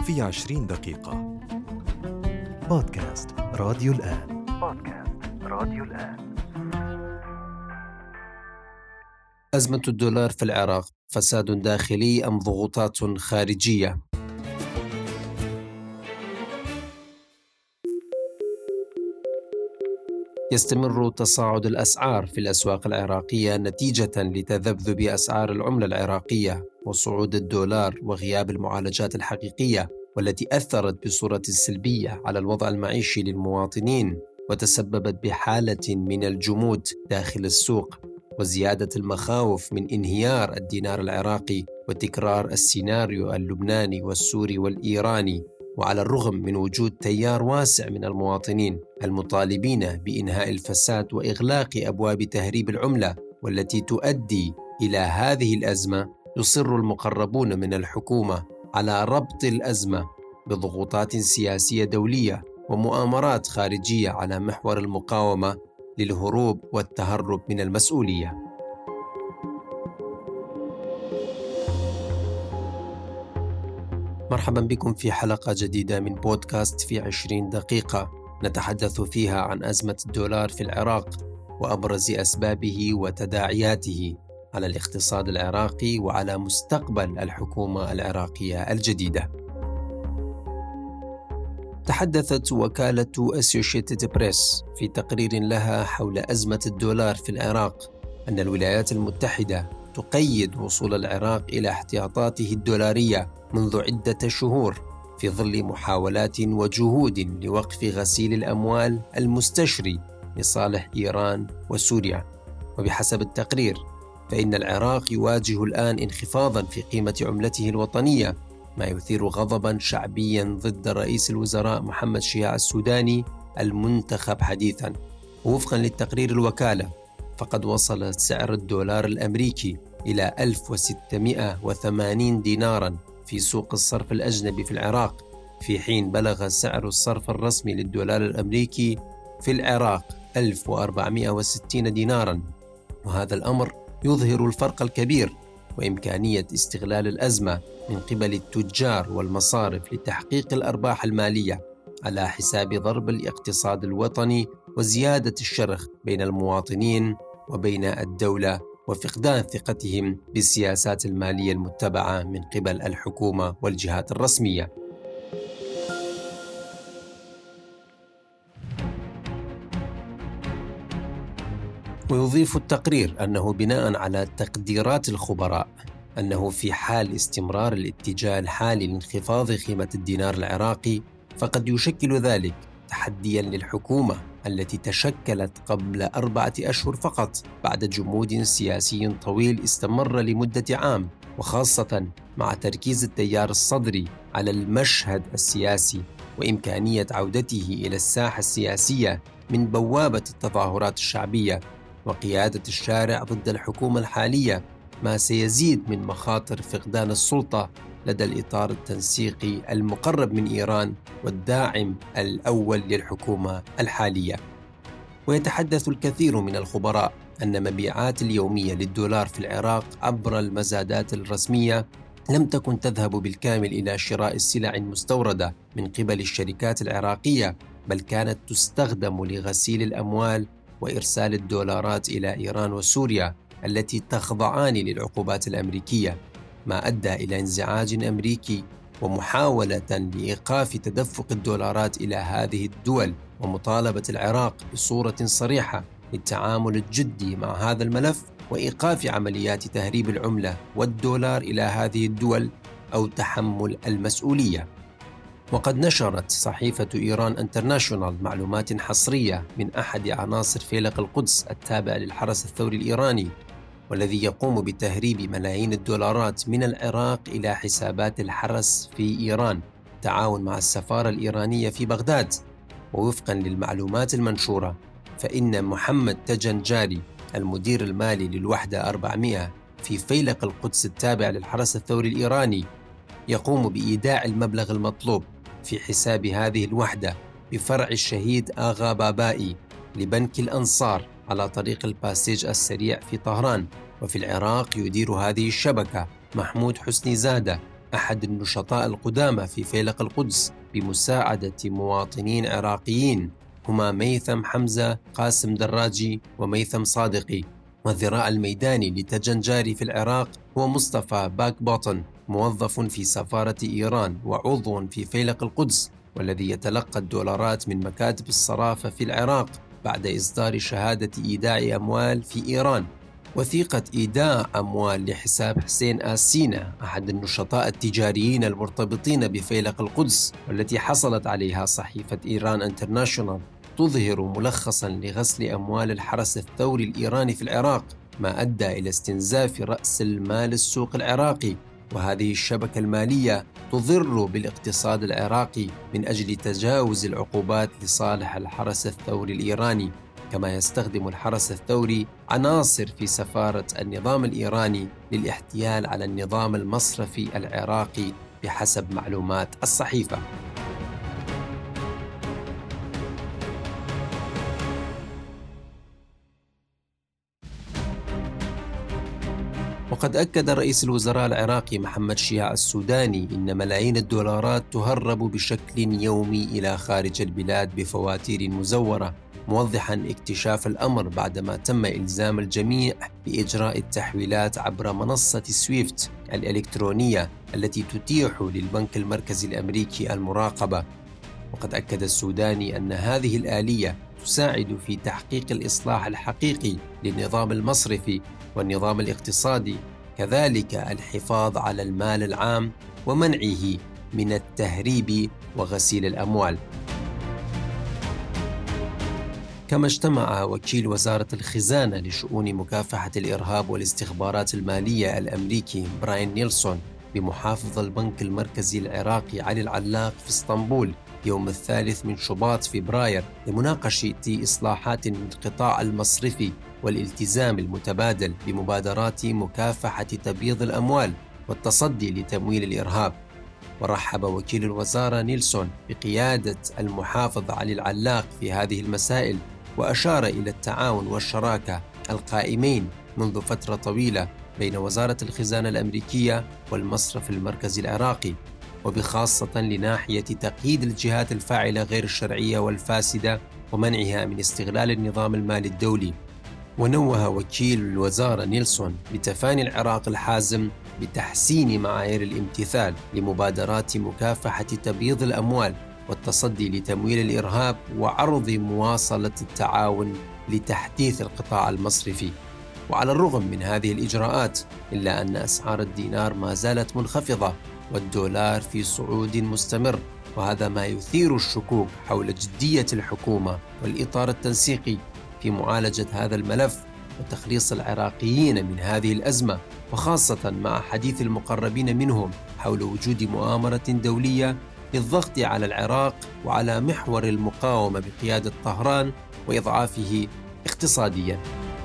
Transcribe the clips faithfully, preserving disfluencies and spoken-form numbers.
في عشرين دقيقة. بودكاست راديو الآن. بودكاست راديو الآن. أزمة الدولار في العراق، فساد داخلي أم ضغوطات خارجية؟ يستمر تصاعد الأسعار في الأسواق العراقية نتيجة لتذبذب أسعار العملة العراقية وصعود الدولار وغياب المعالجات الحقيقية، والتي أثرت بصورة سلبية على الوضع المعيشي للمواطنين وتسببت بحالة من الجمود داخل السوق وزيادة المخاوف من انهيار الدينار العراقي وتكرار السيناريو اللبناني والسوري والإيراني. وعلى الرغم من وجود تيار واسع من المواطنين المطالبين بإنهاء الفساد وإغلاق أبواب تهريب العملة والتي تؤدي إلى هذه الأزمة، يصر المقربون من الحكومة على ربط الأزمة بضغوطات سياسية دولية ومؤامرات خارجية على محور المقاومة للهروب والتهرب من المسؤولية. مرحبا بكم في حلقة جديدة من بودكاست في عشرين دقيقة، نتحدث فيها عن أزمة الدولار في العراق وأبرز أسبابه وتداعياته على الاقتصاد العراقي وعلى مستقبل الحكومة العراقية الجديدة. تحدثت وكالة أسوشيتد بريس في تقرير لها حول أزمة الدولار في العراق أن الولايات المتحدة تقيد وصول العراق إلى احتياطاته الدولارية منذ عدة شهور في ظل محاولات وجهود لوقف غسيل الأموال المستشري لصالح إيران وسوريا. وبحسب التقرير فإن العراق يواجه الآن انخفاضا في قيمة عملته الوطنية، ما يثير غضبا شعبيا ضد رئيس الوزراء محمد شياع السوداني المنتخب حديثا. ووفقا للتقرير الوكالة فقد وصل سعر الدولار الأمريكي إلى ألف وستمائة وثمانين ديناراً في سوق الصرف الأجنبي في العراق، في حين بلغ سعر الصرف الرسمي للدولار الأمريكي في العراق ألف وأربعمائة وستين ديناراً. وهذا الأمر يظهر الفرق الكبير وإمكانية استغلال الأزمة من قبل التجار والمصارف لتحقيق الأرباح المالية على حساب ضرب الاقتصاد الوطني وزيادة الشرخ بين المواطنين وبين الدولة وفقدان ثقتهم بالسياسات المالية المتبعة من قبل الحكومة والجهات الرسمية. ويضيف التقرير أنه بناء على تقديرات الخبراء أنه في حال استمرار الاتجاه الحالي لانخفاض قيمة الدينار العراقي فقد يشكل ذلك تحدياً للحكومة التي تشكلت قبل أربعة أشهر فقط بعد جمود سياسي طويل استمر لمدة عام، وخاصة مع تركيز التيار الصدري على المشهد السياسي وإمكانية عودته إلى الساحة السياسية من بوابة التظاهرات الشعبية وقيادة الشارع ضد الحكومة الحالية، ما سيزيد من مخاطر فقدان السلطة لدى الإطار التنسيقي المقرب من إيران والداعم الأول للحكومة الحالية. ويتحدث الكثير من الخبراء أن مبيعات اليومية للدولار في العراق عبر المزادات الرسمية لم تكن تذهب بالكامل إلى شراء السلع المستوردة من قبل الشركات العراقية، بل كانت تستخدم لغسيل الأموال وإرسال الدولارات إلى إيران وسوريا التي تخضعان للعقوبات الأمريكية، ما أدى إلى انزعاج أمريكي ومحاولة لإيقاف تدفق الدولارات إلى هذه الدول، ومطالبة العراق بصورة صريحة للتعامل الجدي مع هذا الملف وإيقاف عمليات تهريب العملة والدولار إلى هذه الدول أو تحمل المسؤولية. وقد نشرت صحيفة إيران انترناشونال معلومات حصرية من أحد عناصر فيلق القدس التابع للحرس الثوري الإيراني، والذي يقوم بتهريب ملايين الدولارات من العراق إلى حسابات الحرس في إيران تعاون مع السفارة الإيرانية في بغداد. ووفقا للمعلومات المنشورة فإن محمد تجنجاري المدير المالي للوحدة أربعمائة في فيلق القدس التابع للحرس الثوري الإيراني يقوم بإيداع المبلغ المطلوب في حساب هذه الوحدة بفرع الشهيد آغا بابائي لبنك الأنصار على طريق الباسيج السريع في طهران. وفي العراق يدير هذه الشبكة محمود حسني زادة أحد النشطاء القدامى في فيلق القدس بمساعدة مواطنين عراقيين هما ميثم حمزة، قاسم دراجي وميثم صادقي. والذراع الميداني لتجنجاري في العراق هو مصطفى باك بوطن، موظف في سفارة إيران وعضو في فيلق القدس، والذي يتلقى الدولارات من مكاتب الصرافة في العراق بعد إصدار شهادة إيداع أموال في إيران. وثيقة إيداع أموال لحساب حسين آسينا، أحد النشطاء التجاريين المرتبطين بفيلق القدس، والتي حصلت عليها صحيفة إيران انترناشونال، تظهر ملخصاً لغسل أموال الحرس الثوري الإيراني في العراق، ما أدى إلى استنزاف رأس المال السوق العراقي. وهذه الشبكة المالية تضر بالاقتصاد العراقي من أجل تجاوز العقوبات لصالح الحرس الثوري الإيراني. كما يستخدم الحرس الثوري عناصر في سفارة النظام الإيراني للاحتيال على النظام المصرفي العراقي بحسب معلومات الصحيفة. وقد أكد رئيس الوزراء العراقي محمد شياع السوداني إن ملايين الدولارات تهرب بشكل يومي إلى خارج البلاد بفواتير مزورة، موضحاً اكتشاف الأمر بعدما تم إلزام الجميع بإجراء التحويلات عبر منصة سويفت الإلكترونية التي تتيح للبنك المركزي الأمريكي المراقبة. وقد أكد السوداني أن هذه الآلية تساعد في تحقيق الإصلاح الحقيقي للنظام المصرفي والنظام الاقتصادي، كذلك الحفاظ على المال العام ومنعه من التهريب وغسيل الأموال. كما اجتمع وكيل وزارة الخزانة لشؤون مكافحة الإرهاب والاستخبارات المالية الأمريكي براين نيلسون بمحافظ البنك المركزي العراقي علي العلاق في اسطنبول يوم الثالث من شباط فبراير لمناقشة إصلاحات القطاع المصرفي والالتزام المتبادل بمبادرات مكافحة تبييض الأموال والتصدي لتمويل الإرهاب. ورحب وكيل الوزارة نيلسون بقيادة المحافظ علي العلاق في هذه المسائل، وأشار إلى التعاون والشراكة القائمين منذ فترة طويلة بين وزارة الخزانة الأمريكية والمصرف المركزي العراقي، وبخاصة لناحية تقييد الجهات الفاعلة غير الشرعية والفاسدة ومنعها من استغلال النظام المالي الدولي. ونوه وكيل الوزارة نيلسون بتفاني العراق الحازم بتحسين معايير الامتثال لمبادرات مكافحة تبييض الأموال والتصدي لتمويل الإرهاب، وعرض مواصلة التعاون لتحديث القطاع المصرفي. وعلى الرغم من هذه الإجراءات إلا أن أسعار الدينار ما زالت منخفضة والدولار في صعود مستمر، وهذا ما يثير الشكوك حول جدية الحكومة والإطار التنسيقي في معالجة هذا الملف وتخليص العراقيين من هذه الأزمة، وخاصة مع حديث المقربين منهم حول وجود مؤامرة دولية للضغط على العراق وعلى محور المقاومة بقيادة طهران وإضعافه اقتصادياً.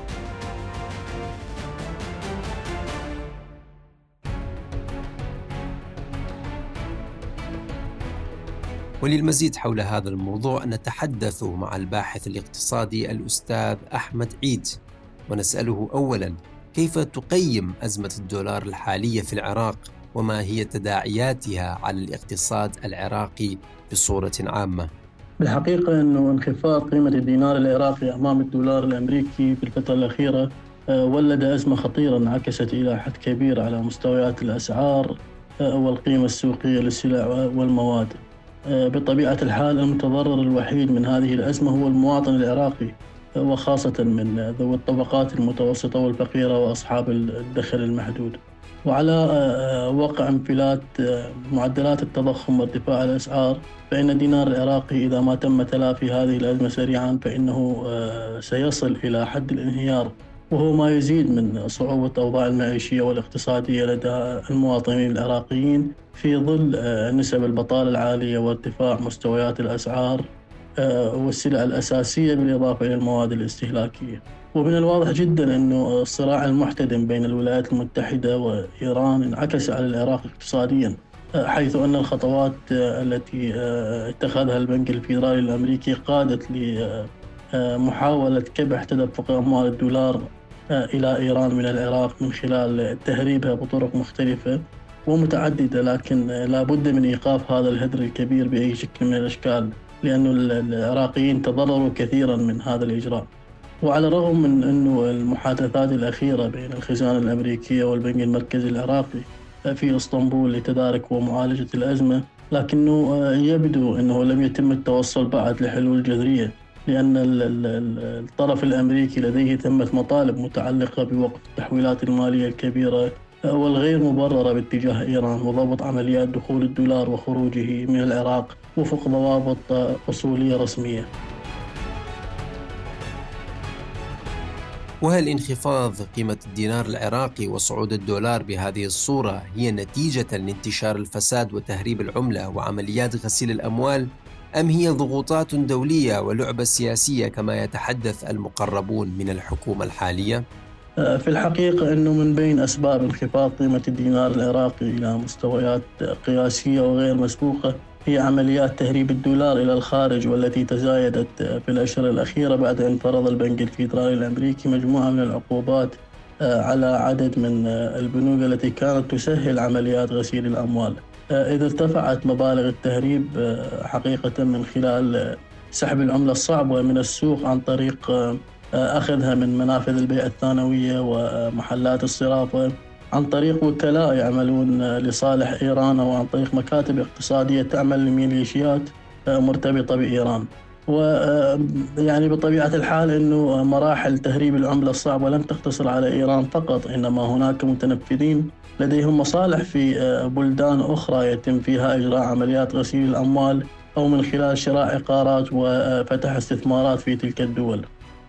وللمزيد حول هذا الموضوع نتحدث مع الباحث الاقتصادي الأستاذ أحمد عيد، ونسأله أولاً كيف تقيم أزمة الدولار الحالية في العراق، وما هي تداعياتها على الاقتصاد العراقي بصورة عامة؟ بالحقيقة أنه انخفاض قيمة الدينار العراقي أمام الدولار الأمريكي في الفترة الأخيرة ولد أزمة خطيرة انعكست إلى حد كبير على مستويات الأسعار والقيمة السوقية للسلع والمواد. بطبيعة الحال المتضرر الوحيد من هذه الأزمة هو المواطن العراقي، وخاصة من ذوي الطبقات المتوسطة والفقيرة وأصحاب الدخل المحدود. وعلى وقع انفلات معدلات التضخم وارتفاع الأسعار، فإن الدينار العراقي إذا ما تم تلافي هذه الأزمة سريعا فإنه سيصل إلى حد الانهيار، وهو ما يزيد من صعوبة الأوضاع المعيشية والاقتصادية لدى المواطنين العراقيين في ظل نسب البطالة العالية وارتفاع مستويات الأسعار والسلع الأساسية بالإضافة إلى المواد الاستهلاكية. ومن الواضح جدا أنه الصراع المحتدم بين الولايات المتحدة وإيران انعكس على العراق اقتصاديا، حيث أن الخطوات التي اتخذها البنك الفيدرالي الأمريكي قادت لمحاولة كبح تدفق أموال الدولار إلى إيران من العراق من خلال تهريبها بطرق مختلفة، ومتعددة، لكن لا بد من إيقاف هذا الهدر الكبير بأي شكل من الأشكال، لأن العراقيين تضرروا كثيرا من هذا الإجراء. وعلى الرغم من أنه المحادثات الأخيرة بين الخزانة الأمريكية والبنك المركزي العراقي في اسطنبول لتدارك ومعالجة الأزمة، لكنه يبدو أنه لم يتم التوصل بعد لحلول جذرية، لأن الطرف الأمريكي لديه ثمة مطالب متعلقة بوقف التحويلات المالية الكبيرة والغير مبررة باتجاه إيران، وضبط عمليات دخول الدولار وخروجه من العراق وفق ضوابط أصولية رسمية. وهل انخفاض قيمة الدينار العراقي وصعود الدولار بهذه الصورة هي نتيجة لانتشار الفساد وتهريب العملة وعمليات غسيل الأموال، أم هي ضغوطات دولية ولعبة سياسية كما يتحدث المقربون من الحكومة الحالية؟ في الحقيقة أنه من بين أسباب انخفاض قيمة الدينار العراقي إلى مستويات قياسية وغير مسبوقة هي عمليات تهريب الدولار إلى الخارج، والتي تزايدت في الأشهر الأخيرة بعد أن فرض البنك الفيدرالي الأمريكي مجموعة من العقوبات على عدد من البنوك التي كانت تسهل عمليات غسيل الأموال. إذا ارتفعت مبالغ التهريب حقيقة من خلال سحب العملة الصعبة من السوق عن طريق أخذها من منافذ البيع الثانوية ومحلات الصرافة، عن طريق وكلاء يعملون لصالح إيران، أو عن طريق مكاتب اقتصادية تعمل لميليشيات مرتبطة بإيران. ويعني بطبيعة الحال أنه مراحل تهريب العملة الصعبة لم تقتصر على إيران فقط، إنما هناك متنفذين لديهم مصالح في بلدان أخرى يتم فيها إجراء عمليات غسيل الأموال، أو من خلال شراء عقارات وفتح استثمارات في تلك الدول.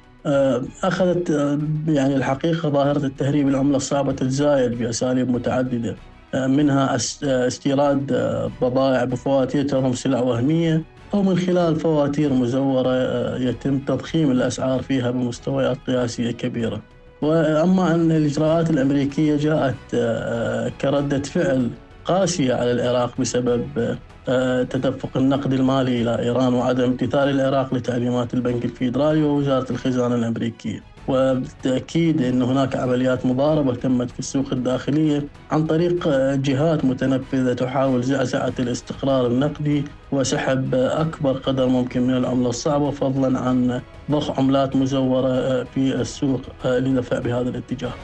أخذت يعني الحقيقة ظاهرة التهريب العملة الصعبة تتزايد بأساليب متعددة، منها استيراد بضائع بفواتير ترمز سلع وهمية، أو من خلال فواتير مزورة يتم تضخيم الأسعار فيها بمستويات قياسية كبيرة. وأما أن الإجراءات الأمريكية جاءت كردة فعل قاسية على العراق بسبب تدفق النقد المالي إلى إيران وعدم امتثال العراق لتعليمات البنك الفيدرالي ووزارة الخزانة الأمريكية. وبالتأكيد أن هناك عمليات مضاربة تمت في السوق الداخلية عن طريق جهات متنفذة تحاول زعزعة الاستقرار النقدي وسحب أكبر قدر ممكن من العملة الصعبة، فضلا عن ضخ عملات مزورة في السوق لدفع بهذا الاتجاه.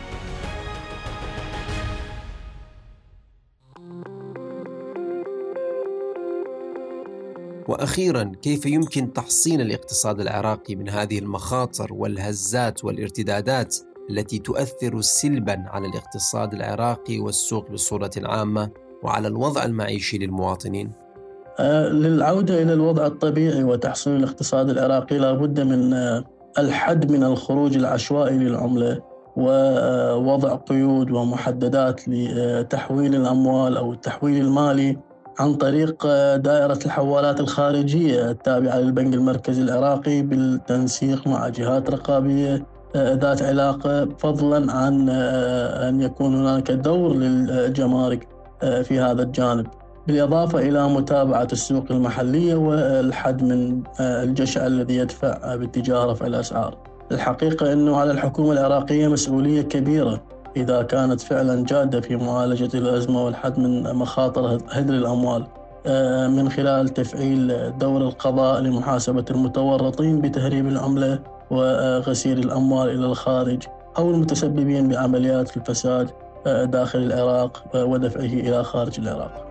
وأخيراً، كيف يمكن تحصين الاقتصاد العراقي من هذه المخاطر والهزات والارتدادات التي تؤثر سلباً على الاقتصاد العراقي والسوق بصورة عامة وعلى الوضع المعيشي للمواطنين؟ آه للعودة إلى الوضع الطبيعي وتحسين الاقتصاد العراقي لابد من آه الحد من الخروج العشوائي للعملة، ووضع قيود ومحددات لتحويل الأموال أو التحويل المالي عن طريق دائرة الحوالات الخارجية التابعة للبنك المركزي العراقي بالتنسيق مع جهات رقابية ذات علاقة، فضلا عن أن يكون هناك دور للجمارك في هذا الجانب، بالإضافة إلى متابعة السوق المحلية والحد من الجشع الذي يدفع باتجاه رفع الأسعار. الحقيقة أنه على الحكومة العراقية مسؤولية كبيرة إذا كانت فعلا جادة في معالجة الأزمة والحد من مخاطر هدر الأموال، من خلال تفعيل دور القضاء لمحاسبة المتورطين بتهريب العملة وغسيل الأموال إلى الخارج، أو المتسببين بعمليات الفساد داخل العراق ودفعه إلى خارج العراق.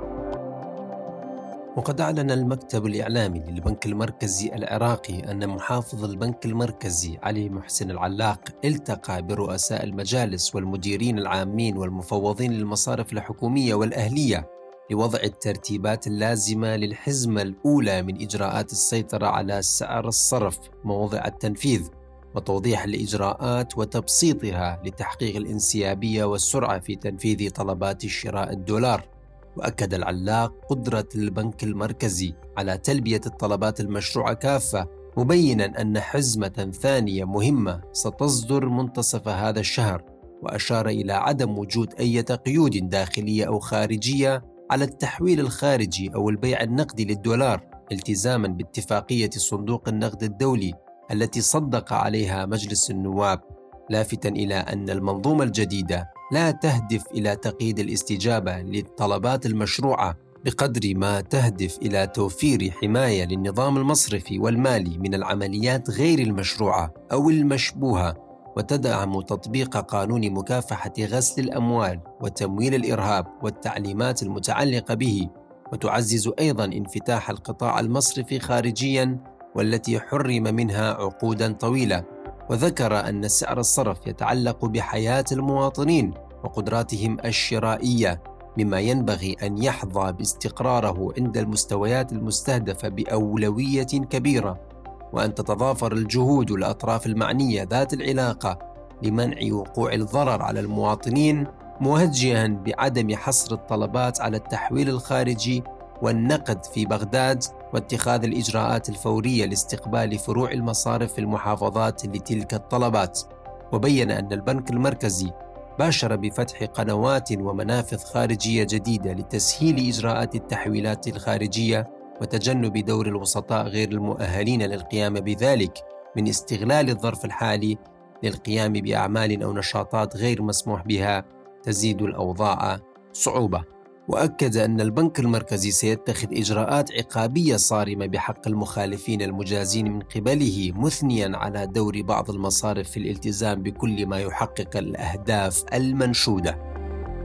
وقد أعلن المكتب الإعلامي للبنك المركزي العراقي أن محافظ البنك المركزي علي محسن العلاق التقى برؤساء المجالس والمديرين العامين والمفوضين للمصارف الحكومية والأهلية لوضع الترتيبات اللازمة للحزمة الأولى من إجراءات السيطرة على سعر الصرف موضع التنفيذ، وتوضيح الإجراءات وتبسيطها لتحقيق الانسيابية والسرعة في تنفيذ طلبات شراء الدولار. وأكد العلاق قدرة البنك المركزي على تلبية الطلبات المشروعة كافة، مبيناً أن حزمة ثانية مهمة ستصدر منتصف هذا الشهر، وأشار إلى عدم وجود أي قيود داخلية أو خارجية على التحويل الخارجي أو البيع النقدي للدولار، التزاماً باتفاقية صندوق النقد الدولي التي صدق عليها مجلس النواب، لافتاً إلى أن المنظومة الجديدة لا تهدف إلى تقييد الاستجابة للطلبات المشروعة بقدر ما تهدف إلى توفير حماية للنظام المصرفي والمالي من العمليات غير المشروعة أو المشبوهة، وتدعم تطبيق قانون مكافحة غسل الأموال وتمويل الإرهاب والتعليمات المتعلقة به، وتعزز أيضاً انفتاح القطاع المصرفي خارجياً والتي حرم منها عقوداً طويلة. وذكر أن سعر الصرف يتعلق بحياة المواطنين وقدراتهم الشرائية، مما ينبغي أن يحظى باستقراره عند المستويات المستهدفة بأولوية كبيرة، وأن تتضافر الجهود الأطراف المعنية ذات العلاقة لمنع وقوع الضرر على المواطنين، موجها بعدم حصر الطلبات على التحويل الخارجي والنقد في بغداد، واتخاذ الإجراءات الفورية لاستقبال فروع المصارف في المحافظات لتلك الطلبات. وبين أن البنك المركزي باشر بفتح قنوات ومنافذ خارجية جديدة لتسهيل إجراءات التحويلات الخارجية وتجنب دور الوسطاء غير المؤهلين للقيام بذلك من استغلال الظرف الحالي للقيام بأعمال أو نشاطات غير مسموح بها تزيد الأوضاع صعوبة. وأكد أن البنك المركزي سيتخذ إجراءات عقابية صارمة بحق المخالفين المجازين من قبله، مثنياً على دور بعض المصارف في الالتزام بكل ما يحقق الأهداف المنشودة.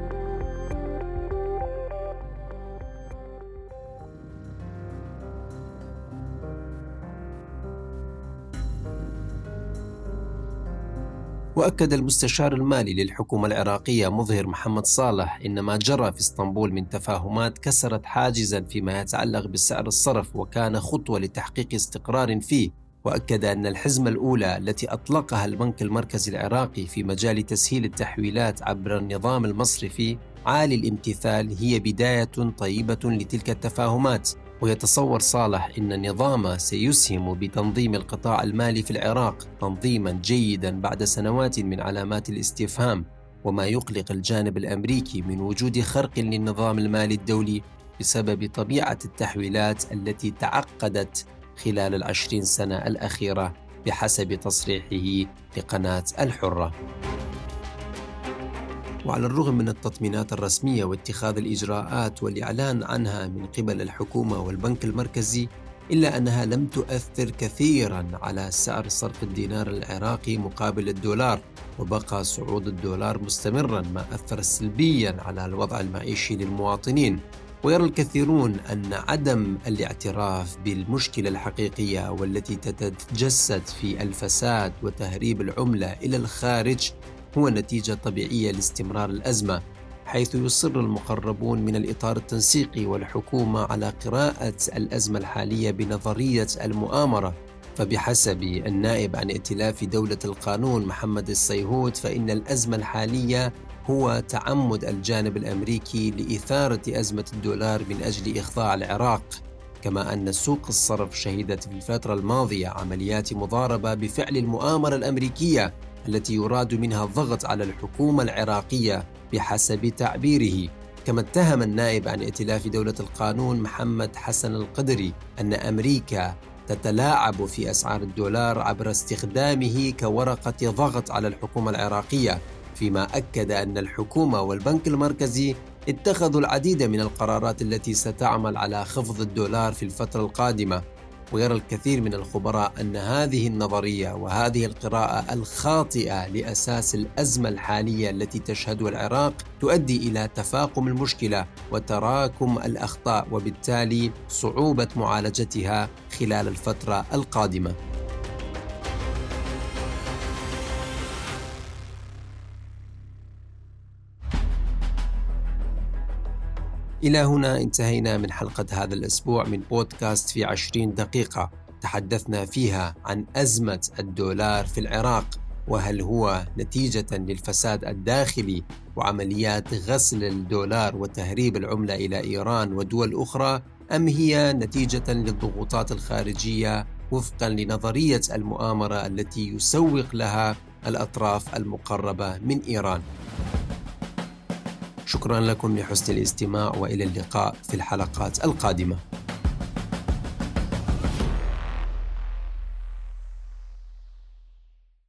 وأكد المستشار المالي للحكومة العراقية مظهر محمد صالح إن ما جرى في اسطنبول من تفاهمات كسرت حاجزاً فيما يتعلق بسعر الصرف وكان خطوة لتحقيق استقرار فيه. وأكد أن الحزمة الأولى التي أطلقها البنك المركزي العراقي في مجال تسهيل التحويلات عبر النظام المصرفي عالي الامتثال هي بداية طيبة لتلك التفاهمات. ويتصور صالح أن النظام سيسهم بتنظيم القطاع المالي في العراق تنظيماً جيداً بعد سنوات من علامات الاستفهام، وما يقلق الجانب الأمريكي من وجود خرق للنظام المالي الدولي بسبب طبيعة التحويلات التي تعقدت خلال العشرين سنة الأخيرة بحسب تصريحه لقناة الحرة. وعلى الرغم من التطمينات الرسمية واتخاذ الإجراءات والإعلان عنها من قبل الحكومة والبنك المركزي، إلا أنها لم تؤثر كثيراً على سعر صرف الدينار العراقي مقابل الدولار، وبقى صعود الدولار مستمراً ما أثر سلبياً على الوضع المعيشي للمواطنين. ويرى الكثيرون أن عدم الاعتراف بالمشكلة الحقيقية والتي تتجسد في الفساد وتهريب العملة إلى الخارج هو نتيجة طبيعية لاستمرار الأزمة، حيث يصر المقربون من الإطار التنسيقي والحكومة على قراءة الأزمة الحالية بنظرية المؤامرة. فبحسب النائب عن ائتلاف دولة القانون محمد الصيهود، فإن الأزمة الحالية هو تعمد الجانب الأمريكي لإثارة أزمة الدولار من أجل إخضاع العراق، كما أن سوق الصرف شهدت في الفترة الماضية عمليات مضاربة بفعل المؤامرة الأمريكية التي يراد منها الضغط على الحكومة العراقية بحسب تعبيره. كما اتهم النائب عن ائتلاف دولة القانون محمد حسن القدري أن أمريكا تتلاعب في أسعار الدولار عبر استخدامه كورقة ضغط على الحكومة العراقية، فيما أكد أن الحكومة والبنك المركزي اتخذوا العديد من القرارات التي ستعمل على خفض الدولار في الفترة القادمة. ويرى الكثير من الخبراء أن هذه النظرية وهذه القراءة الخاطئة لأساس الأزمة الحالية التي تشهدها العراق تؤدي إلى تفاقم المشكلة وتراكم الأخطاء، وبالتالي صعوبة معالجتها خلال الفترة القادمة. إلى هنا انتهينا من حلقة هذا الأسبوع من بودكاست في عشرين دقيقة، تحدثنا فيها عن أزمة الدولار في العراق، وهل هو نتيجة للفساد الداخلي وعمليات غسل الدولار وتهريب العملة إلى إيران ودول أخرى، أم هي نتيجة للضغوطات الخارجية وفقا لنظرية المؤامرة التي يسوق لها الأطراف المقربة من إيران. شكرا لكم لحسن الاستماع، وإلى اللقاء في الحلقات القادمة.